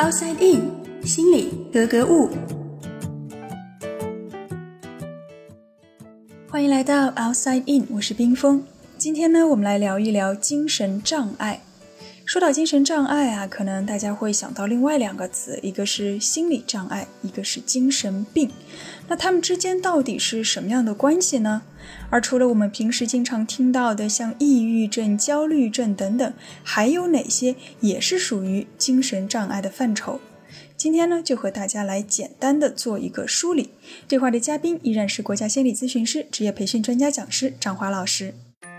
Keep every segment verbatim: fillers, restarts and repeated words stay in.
Outside In， 心里格格物。欢迎来到 Outside In， 我是冰峰。今天呢，我们来聊一聊精神障碍。说到精神障碍啊，可能大家会想到另外两个词，一个是心理障碍，一个是精神病。那它们之间到底是什么样的关系呢？而除了我们平时经常听到的像抑郁症、焦虑症等等，还有哪些也是属于精神障碍的范畴？今天呢，就和大家来简单的做一个梳理。对话的嘉宾依然是国家心理咨询师、职业培训专家讲师张华老师。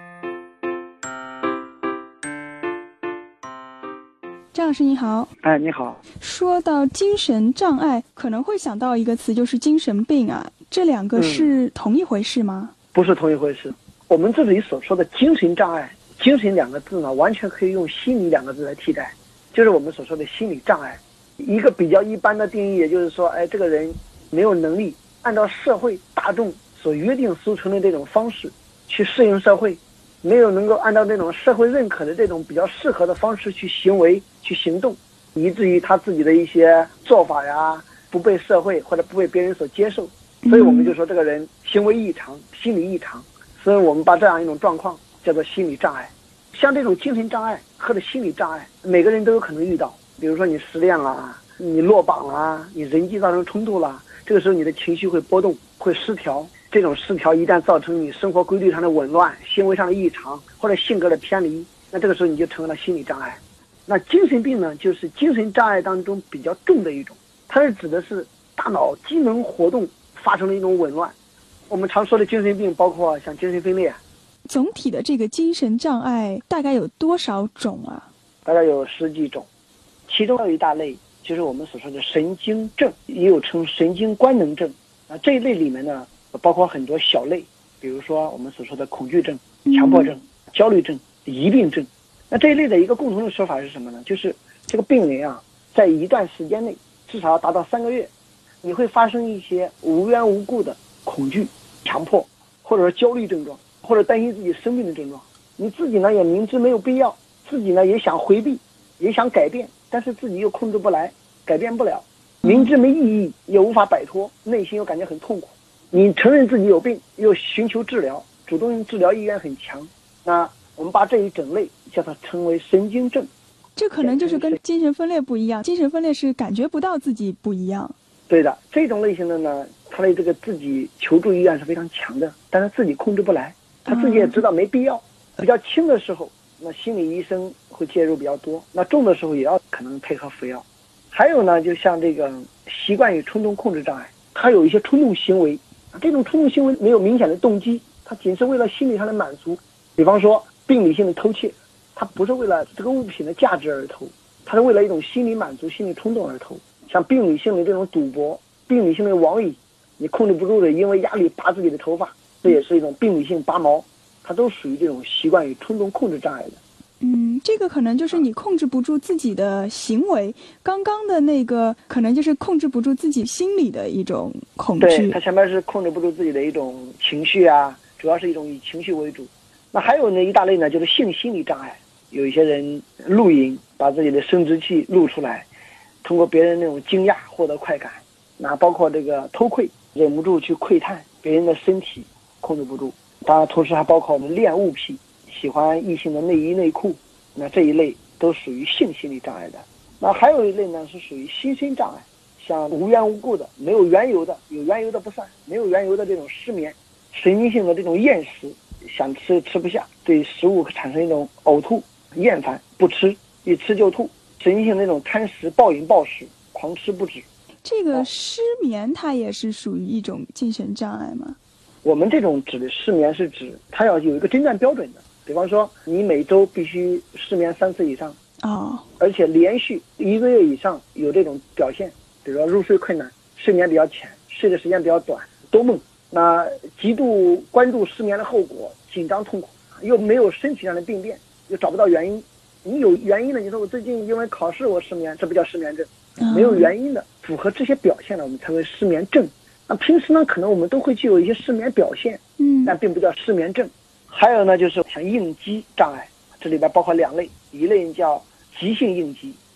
张老师你好。 哎，你好。 说到精神障碍，可能会想到一个词，就是精神病啊，这两个是同一回事吗？ 嗯、不是同一回事。我们这里所说的精神障碍，精神两个字呢，完全可以用心理两个字来替代，就是我们所说的心理障碍。一个比较一般的定义，也就是说，哎，这个人没有能力按照社会大众所约定俗成的这种方式去适应社会，没有能够按照这种社会认可的这种比较适合的方式去行为去行动，以至于他自己的一些做法呀不被社会或者不被别人所接受，所以我们就说这个人行为异常，心理异常，所以我们把这样一种状况叫做心理障碍。像这种精神障碍或者心理障碍，每个人都有可能遇到。比如说你失恋了，你落榜了，你人际造成冲突了，这个时候你的情绪会波动，会失调。这种失调一旦造成你生活规律上的紊乱，行为上的异常，或者性格的偏离，那这个时候你就成为了心理障碍。那精神病呢，就是精神障碍当中比较重的一种，它是指的是大脑机能活动发生了一种紊乱。我们常说的精神病包括像精神分裂。 总体的这个精神障碍大概有多少种啊？ 大概有十几种，其中有一大类就是我们所说的神经症，也有称神经官能症。啊，这一类里面呢，包括很多小类，比如说我们所说的恐惧症、强迫症、嗯、焦虑症、疑病症。那这一类的一个共同的说法是什么呢？就是这个病人啊，在一段时间内，至少要达到三个月，你会发生一些无缘无故的恐惧、强迫，或者说焦虑症状，或者担心自己生病的症状。你自己呢也明知没有必要，自己呢也想回避，也想改变，但是自己又控制不来，改变不了，明知没意义也无法摆脱，内心又感觉很痛苦。你承认自己有病，又寻求治疗，主动治疗意愿很强，那我们把这一整类叫它称为神经症。 这可能就是跟精神分裂不一样，精神分裂是感觉不到自己不一样。 对的，这种类型的呢，他的这个自己求助意愿是非常强的，但是自己控制不来，他自己也知道没必要。比较轻的时候，那心理医生会介入比较多，那重的时候也要可能配合服药。还有呢，就像这个习惯与冲动控制障碍，它有一些冲动行为，这种冲动行为没有明显的动机，它仅是为了心理上的满足。比方说病理性的偷窃，它不是为了这个物品的价值而偷，它是为了一种心理满足、心理冲动而偷。像病理性的这种赌博、病理性的网瘾，你控制不住的因为压力拔自己的头发，这也是一种病理性拔毛，它都属于这种习惯与冲动控制障碍的。 嗯，这个可能就是你控制不住自己的行为，刚刚的那个可能就是控制不住自己心理的一种恐惧。 对，它前面是控制不住自己的一种情绪啊，主要是一种以情绪为主。那还有呢一大类呢，就是性心理障碍。有一些人露营，把自己的生殖器露出来，通过别人那种惊讶获得快感。那包括这个偷窥，忍不住去窥探别人的身体，控制不住。当然同时还包括我们恋物癖，喜欢异性的内衣内裤，那这一类都属于性心理障碍的。那还有一类呢是属于心身障碍，像无缘无故的、没有缘由的，有缘由的不算，没有缘由的这种失眠，神经性的这种厌食，想吃吃不下，对食物产生一种呕吐、厌烦，不吃，一吃就吐，神经性的那种贪食、暴饮暴食，狂吃不止。 这个失眠它也是属于一种精神障碍吗？ 我们这种指的失眠是指它要有一个诊断标准的，比方说你每周必须失眠三次以上， 哦， 而且连续一个月以上有这种表现，比如说入睡困难、睡眠比较浅、睡的时间比较短、多梦，那极度关注失眠的后果，紧张痛苦，又没有身体上的病变，又找不到原因。你有原因的，你说我最近因为考试我失眠，这不叫失眠症。没有原因的，符合这些表现呢，我们称为失眠症。那平时呢，可能我们都会具有一些失眠表现，嗯，但并不叫失眠症。还有呢，就是像应激障碍，这里边包括两类，一类叫急性应激，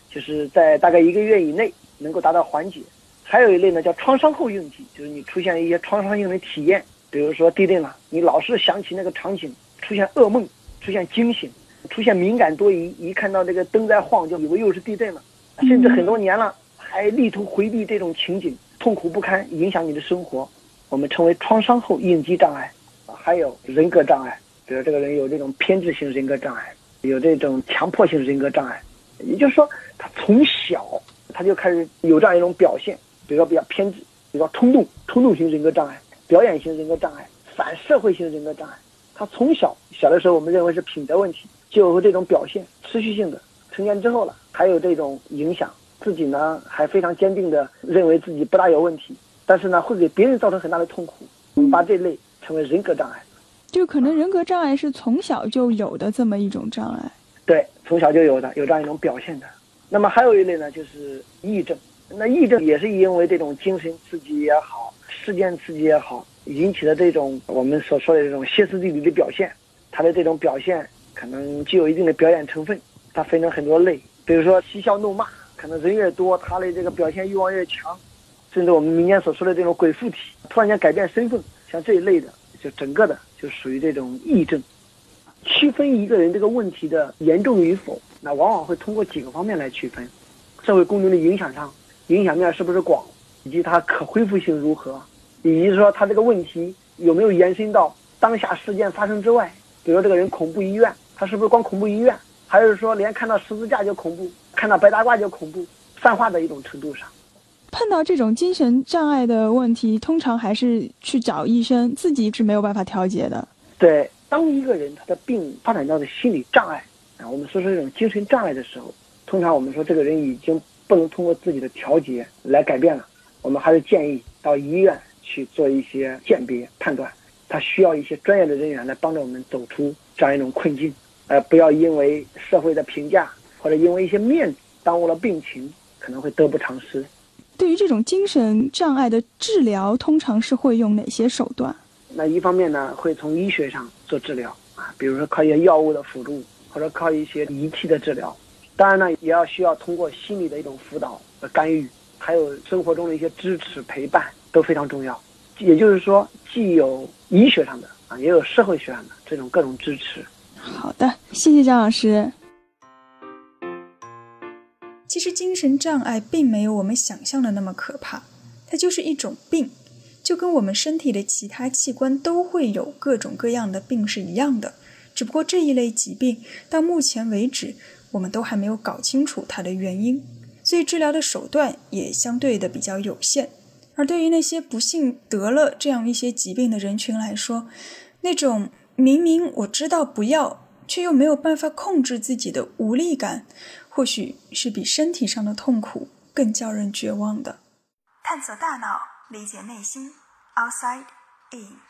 就是在大概一个月以内能够达到缓解。还有一类呢叫创伤后应激，就是你出现一些创伤性的体验，比如说地震了，你老是想起那个场景，出现噩梦，出现惊醒，出现敏感多疑，一看到这个灯在晃就以为又是地震了，甚至很多年了还力图回避这种情景，痛苦不堪，影响你的生活，我们称为创伤后应激障碍。还有人格障碍，比如这个人有这种偏执性人格障碍，有这种强迫性人格障碍，也就是说他从小他就开始有这样一种表现，比如说比较偏执，比如说冲动冲动型人格障碍，表演型人格障碍，反社会型人格障碍。他从小小的时候我们认为是品德问题，就有这种表现，持续性的，成年之后了还有这种影响，自己呢还非常坚定的认为自己不大有问题，但是呢会给别人造成很大的痛苦，我们把这类称为人格障碍。 就可能人格障碍是从小就有的这么一种障碍。 对，从小就有的，有这样一种表现的。那么还有一类呢就是癔症，那癔症也是因为这种精神刺激也好，事件刺激也好，引起的这种我们所说的这种歇斯底里的表现，它的这种表现可能具有一定的表演成分，它分成很多类，比如说嬉笑怒骂，可能人越多他的这个表现欲望越强，甚至我们民间所说的这种鬼附体，突然间改变身份，像这一类的就整个的就属于这种癔症。区分一个人这个问题的严重与否，那往往会通过几个方面来区分：社会公众的影响上，影响面是不是广，以及它可恢复性如何，以及说他这个问题有没有延伸到当下事件发生之外，比如说这个人恐怖医院，他是不是光恐怖医院，还是说连看到十字架就恐怖，看到白大褂就恐怖，泛化的一种程度上。 碰到这种精神障碍的问题，通常还是去找医生，自己是没有办法调节的。 对，当一个人他的病发展到的心理障碍啊，我们说说这种精神障碍的时候，通常我们说这个人已经不能通过自己的调节来改变了，我们还是建议到医院去做一些鉴别判断，他需要一些专业的人员来帮助我们走出这样一种困境，呃，不要因为社会的评价或者因为一些面子耽误了病情，可能会得不偿失。 对于这种精神障碍的治疗，通常是会用哪些手段？ 那一方面呢，会从医学上做治疗啊，比如说靠一些药物的辅助，或者靠一些仪器的治疗。当然呢，也要需要通过心理的一种辅导和干预，还有生活中的一些支持陪伴都非常重要。也就是说，既有医学上的啊，也有社会学上的这种各种支持。 好的，谢谢张老师。其实精神障碍并没有我们想象的那么可怕，它就是一种病，就跟我们身体的其他器官都会有各种各样的病是一样的，只不过这一类疾病到目前为止我们都还没有搞清楚它的原因，所以治疗的手段也相对的比较有限。而对于那些不幸得了这样一些疾病的人群来说，那种明明我知道不要却又没有办法控制自己的无力感，或许是比身体上的痛苦更叫人绝望的。探索大脑，理解内心 ，Outside In。